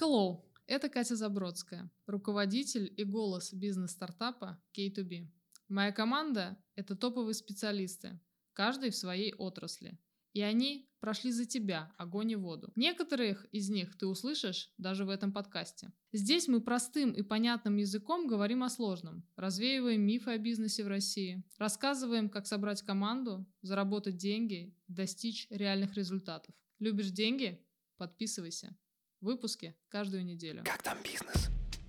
Hello, это Катя Забродская, руководитель и голос бизнес-стартапа K2B. Моя команда– это топовые специалисты, каждый в своей отрасли. И они прошли за тебя огонь и воду. Некоторых из них ты услышишь даже в этом подкасте. Здесь мы простым и понятным языком говорим о сложном, развеиваем мифы о бизнесе в России, рассказываем, как собрать команду, заработать деньги, достичь реальных результатов. Любишь деньги? Подписывайся. Выпуски каждую неделю. Как там бизнес?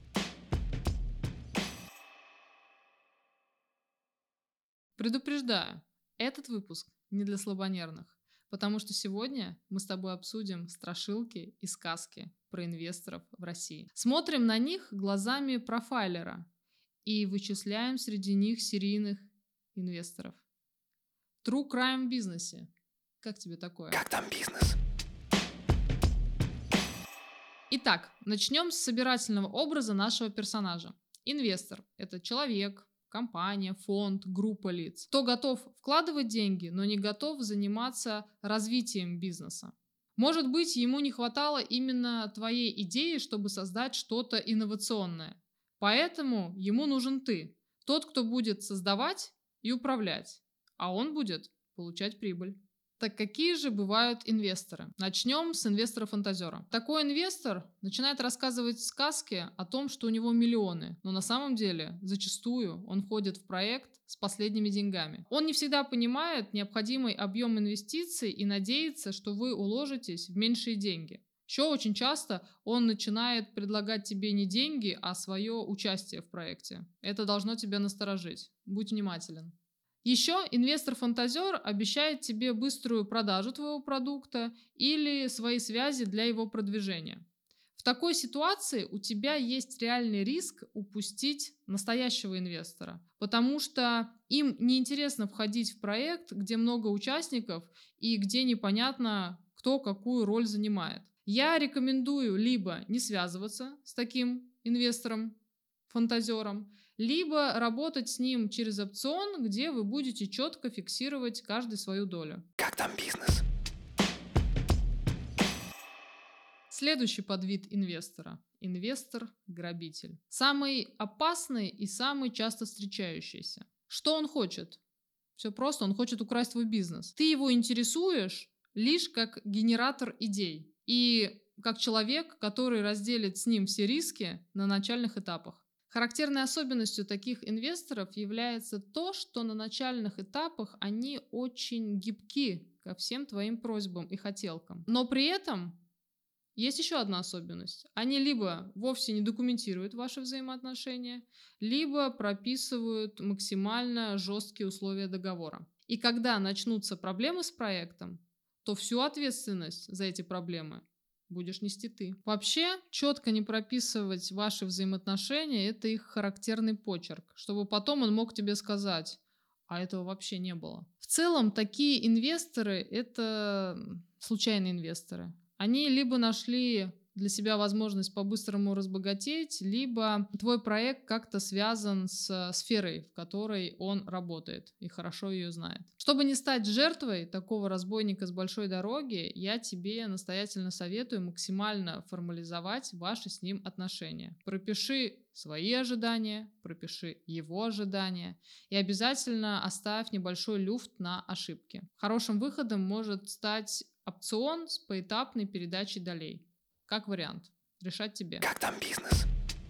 Предупреждаю, этот выпуск не для слабонервных, потому что сегодня мы с тобой обсудим страшилки и сказки про инвесторов в России. Смотрим на них глазами профайлера и вычисляем среди них серийных инвесторов. True crime в бизнесе. Как тебе такое? Как там бизнес? Итак, начнем с собирательного образа нашего персонажа. Инвестор – это человек, компания, фонд, группа лиц. Кто готов вкладывать деньги, но не готов заниматься развитием бизнеса. Может быть, ему не хватало именно твоей идеи, чтобы создать что-то инновационное. Поэтому ему нужен ты, тот, кто будет создавать и управлять, а он будет получать прибыль. Так какие же бывают инвесторы? Начнем с инвестора-фантазера. Такой инвестор начинает рассказывать сказки о том, что у него миллионы, но на самом деле зачастую он входит в проект с последними деньгами. Он не всегда понимает необходимый объем инвестиций и надеется, что вы уложитесь в меньшие деньги. Еще очень часто он начинает предлагать тебе не деньги, а свое участие в проекте. Это должно тебя насторожить. Будь внимателен. Еще инвестор-фантазер обещает тебе быструю продажу твоего продукта или свои связи для его продвижения. В такой ситуации у тебя есть реальный риск упустить настоящего инвестора, потому что им неинтересно входить в проект, где много участников и где непонятно, кто какую роль занимает. Я рекомендую либо не связываться с таким инвестором-фантазером, либо работать с ним через опцион, где вы будете четко фиксировать каждый свою долю. Как там бизнес? Следующий подвид инвестора – инвестор-грабитель. Самый опасный и самый часто встречающийся. Что он хочет? Все просто, он хочет украсть твой бизнес. Ты его интересуешь лишь как генератор идей и как человек, который разделит с ним все риски на начальных этапах. Характерной особенностью таких инвесторов является то, что на начальных этапах они очень гибки ко всем твоим просьбам и хотелкам. Но при этом есть еще одна особенность. Они либо вовсе не документируют ваши взаимоотношения, либо прописывают максимально жесткие условия договора. И когда начнутся проблемы с проектом, то всю ответственность за эти проблемы будешь нести ты. Вообще, четко не прописывать ваши взаимоотношения – это их характерный почерк, чтобы потом он мог тебе сказать, а этого вообще не было. В целом, такие инвесторы – это случайные инвесторы. Они либо нашли для себя возможность по-быстрому разбогатеть, либо твой проект как-то связан с сферой, в которой он работает и хорошо ее знает. Чтобы не стать жертвой такого разбойника с большой дороги, я тебе настоятельно советую максимально формализовать ваши с ним отношения. Пропиши свои ожидания, пропиши его ожидания и обязательно оставь небольшой люфт на ошибки. Хорошим выходом может стать опцион с поэтапной передачей долей. Как вариант. Решать тебе. Как там бизнес?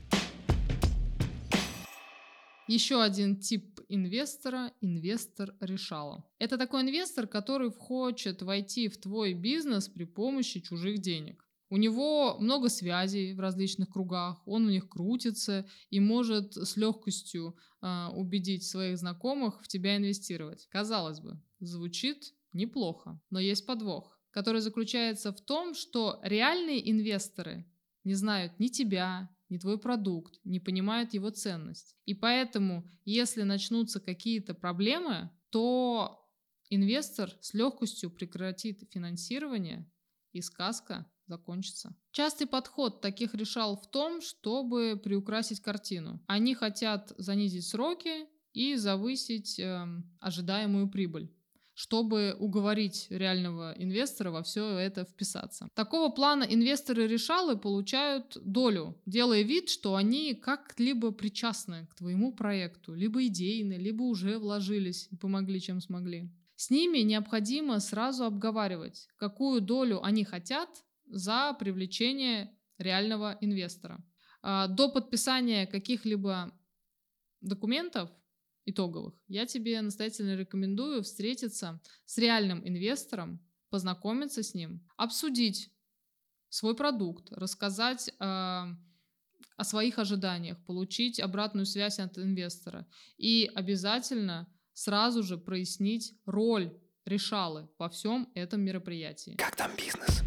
Еще один тип инвестора – инвестор-решала. Это такой инвестор, который хочет войти в твой бизнес при помощи чужих денег. У него много связей в различных кругах, он в них крутится и может с легкостью убедить своих знакомых в тебя инвестировать. Казалось бы, звучит неплохо, но есть подвох, который заключается в том, что реальные инвесторы не знают ни тебя, ни твой продукт, не понимают его ценность. И поэтому, если начнутся какие-то проблемы, то инвестор с легкостью прекратит финансирование, и сказка закончится. Частый подход таких решал в том, чтобы приукрасить картину. Они хотят занизить сроки и завысить ожидаемую прибыль. чтобы уговорить реального инвестора во все это вписаться. Такого плана инвесторы-решалы получают долю, делая вид, что они как-либо причастны к твоему проекту, либо идейно, либо уже вложились и помогли, чем смогли. С ними необходимо сразу обговаривать, какую долю они хотят за привлечение реального инвестора. До подписания каких-либо документов итоговых, я тебе настоятельно рекомендую встретиться с реальным инвестором, познакомиться с ним, обсудить свой продукт, рассказать о своих ожиданиях, получить обратную связь от инвестора и обязательно сразу же прояснить роль решалы во всем этом мероприятии. Как там бизнес?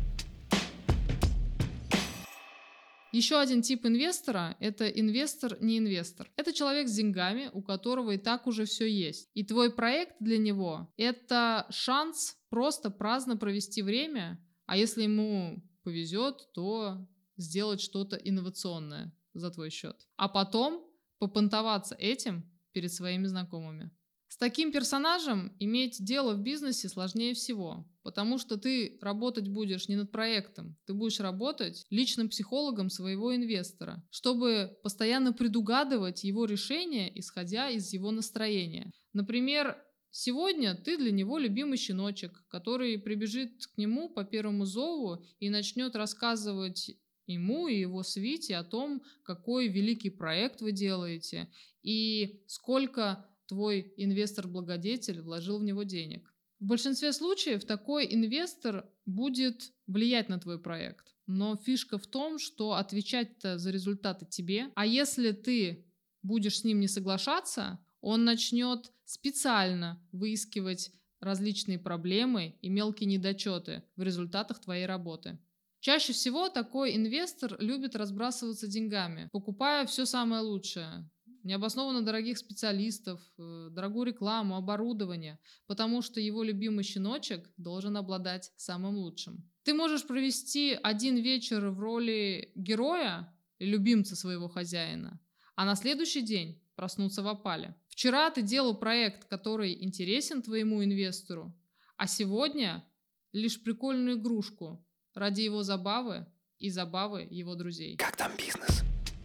Еще один тип инвестора – это инвестор не инвестор. Это человек с деньгами, у которого и так уже все есть. И твой проект для него – это шанс просто праздно провести время, а если ему повезет, то сделать что-то инновационное за твой счет. А потом попонтоваться этим перед своими знакомыми. С таким персонажем иметь дело в бизнесе сложнее всего, потому что ты работать будешь не над проектом, ты будешь работать личным психологом своего инвестора, чтобы постоянно предугадывать его решения, исходя из его настроения. Например, сегодня ты для него любимый щеночек, который прибежит к нему по первому зову и начнет рассказывать ему и его свите о том, какой великий проект вы делаете и сколько твой инвестор-благодетель вложил в него денег. В большинстве случаев такой инвестор будет влиять на твой проект. Но фишка в том, что отвечать-то за результаты тебе. А если ты будешь с ним не соглашаться, он начнет специально выискивать различные проблемы и мелкие недочеты в результатах твоей работы. Чаще всего такой инвестор любит разбрасываться деньгами, покупая все самое лучшее. Необоснованно дорогих специалистов, дорогую рекламу, оборудование, потому что его любимый щеночек должен обладать самым лучшим. Ты можешь провести один вечер в роли героя, любимца своего хозяина, а на следующий день проснуться в опале. Вчера ты делал проект, который интересен твоему инвестору, а сегодня лишь прикольную игрушку ради его забавы и забавы его друзей. Как там бизнес?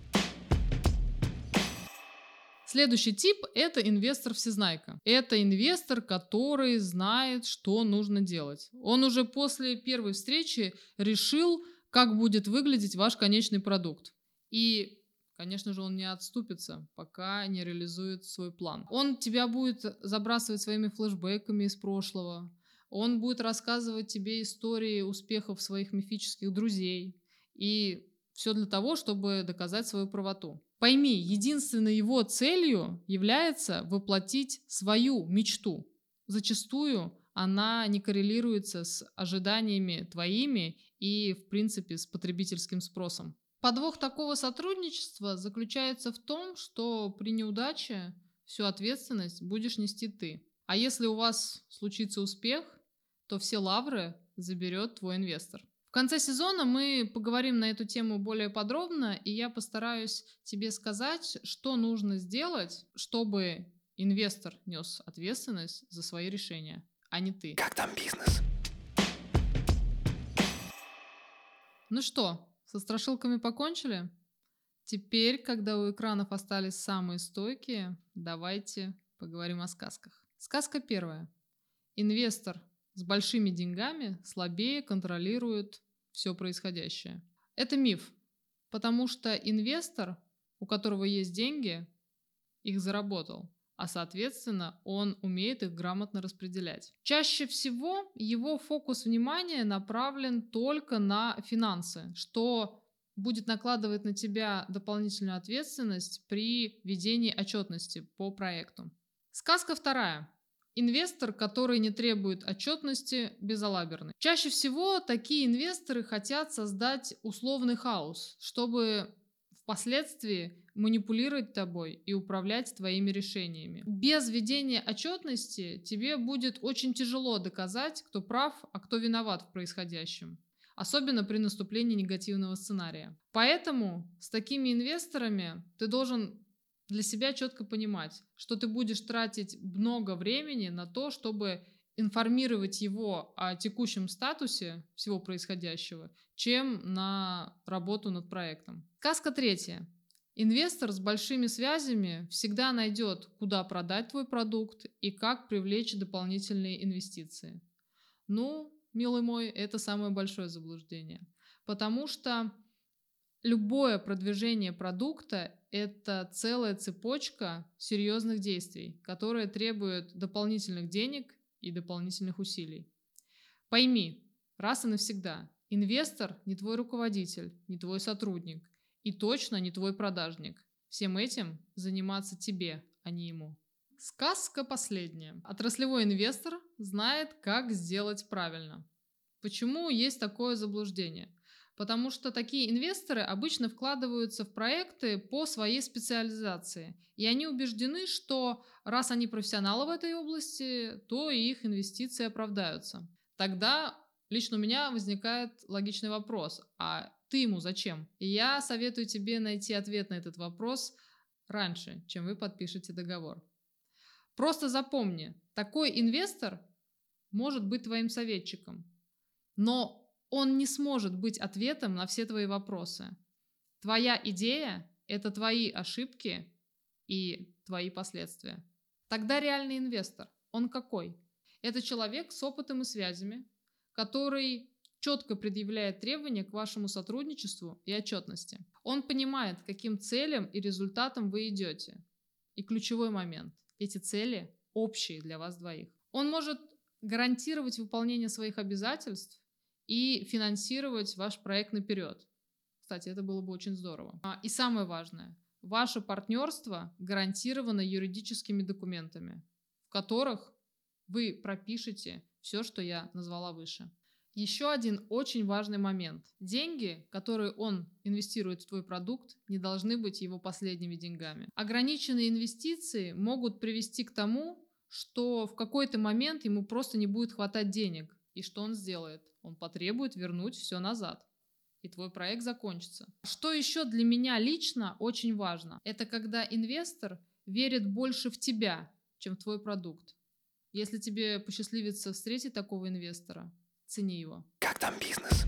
Следующий тип – это инвестор-всезнайка. Это инвестор, который знает, что нужно делать. Он уже после первой встречи решил, как будет выглядеть ваш конечный продукт. И, конечно же, он не отступится, пока не реализует свой план. Он тебя будет забрасывать своими флешбэками из прошлого. Он будет рассказывать тебе истории успехов своих мифических друзей. И все для того, чтобы доказать свою правоту. Пойми, единственной его целью является воплотить свою мечту. Зачастую она не коррелируется с ожиданиями твоими и, в принципе, с потребительским спросом. Подвох такого сотрудничества заключается в том, что при неудаче всю ответственность будешь нести ты. А если у вас случится успех, то все лавры заберет твой инвестор. В конце сезона мы поговорим на эту тему более подробно, и я постараюсь тебе сказать, что нужно сделать, чтобы инвестор нес ответственность за свои решения, а не ты. Как там бизнес? Ну что, со страшилками покончили? Теперь, когда у экранов остались самые стойкие, давайте поговорим о сказках. Сказка первая. Инвестор с большими деньгами слабее контролирует все происходящее. Это миф, потому что инвестор, у которого есть деньги, их заработал, а соответственно он умеет их грамотно распределять. Чаще всего его фокус внимания направлен только на финансы, что будет накладывать на тебя дополнительную ответственность при ведении отчетности по проекту. Сказка вторая. Инвестор, который не требует отчетности, безалаберный. Чаще всего такие инвесторы хотят создать условный хаос, чтобы впоследствии манипулировать тобой и управлять твоими решениями. Без ведения отчетности тебе будет очень тяжело доказать, кто прав, а кто виноват в происходящем. Особенно при наступлении негативного сценария. Поэтому с такими инвесторами ты должен для себя четко понимать, что ты будешь тратить много времени на то, чтобы информировать его о текущем статусе всего происходящего, чем на работу над проектом. Сказка третья. Инвестор с большими связями всегда найдет, куда продать твой продукт и как привлечь дополнительные инвестиции. Ну, милый мой, это самое большое заблуждение. Потому что любое продвижение продукта – это целая цепочка серьезных действий, которые требуют дополнительных денег и дополнительных усилий. Пойми, раз и навсегда, инвестор не твой руководитель, не твой сотрудник и точно не твой продажник. Всем этим заниматься тебе, а не ему. Сказка последняя. Отраслевой инвестор знает, как сделать правильно. Почему есть такое заблуждение? Потому что такие инвесторы обычно вкладываются в проекты по своей специализации. И они убеждены, что раз они профессионалы в этой области, то и их инвестиции оправдаются. Тогда лично у меня возникает логичный вопрос. А ты ему зачем? И я советую тебе найти ответ на этот вопрос раньше, чем вы подпишете договор. Просто запомни, такой инвестор может быть твоим советчиком, но он не сможет быть ответом на все твои вопросы. Твоя идея – это твои ошибки и твои последствия. Тогда реальный инвестор, он какой? Это человек с опытом и связями, который четко предъявляет требования к вашему сотрудничеству и отчетности. Он понимает, к каким целям и результатам вы идете. И ключевой момент – эти цели общие для вас двоих. Он может гарантировать выполнение своих обязательств и финансировать ваш проект наперед. Кстати, это было бы очень здорово. И самое важное, ваше партнерство гарантировано юридическими документами, в которых вы пропишете все, что я назвала выше. Еще один очень важный момент. Деньги, которые он инвестирует в твой продукт, не должны быть его последними деньгами. Ограниченные инвестиции могут привести к тому, что в какой-то момент ему просто не будет хватать денег. И что он сделает? Он потребует вернуть все назад. И твой проект закончится. Что еще для меня лично очень важно? Это когда инвестор верит больше в тебя, чем в твой продукт. Если тебе посчастливится встретить такого инвестора, цени его. Как там бизнес?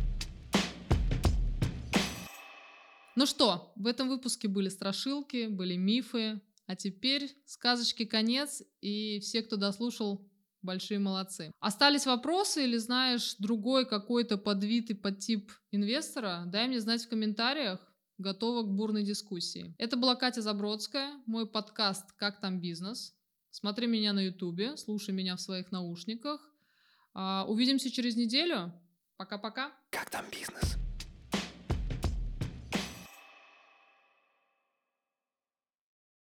Ну что, в этом выпуске были страшилки, были мифы, а теперь сказочки конец, и все, кто дослушал, большие молодцы. Остались вопросы или знаешь другой какой-то подвид и подтип инвестора? Дай мне знать в комментариях. Готова к бурной дискуссии. Это была Катя Забродская, мой подкаст «Как там бизнес?». Смотри меня на ютубе, слушай меня в своих наушниках. Увидимся через неделю. Пока-пока. Как там бизнес?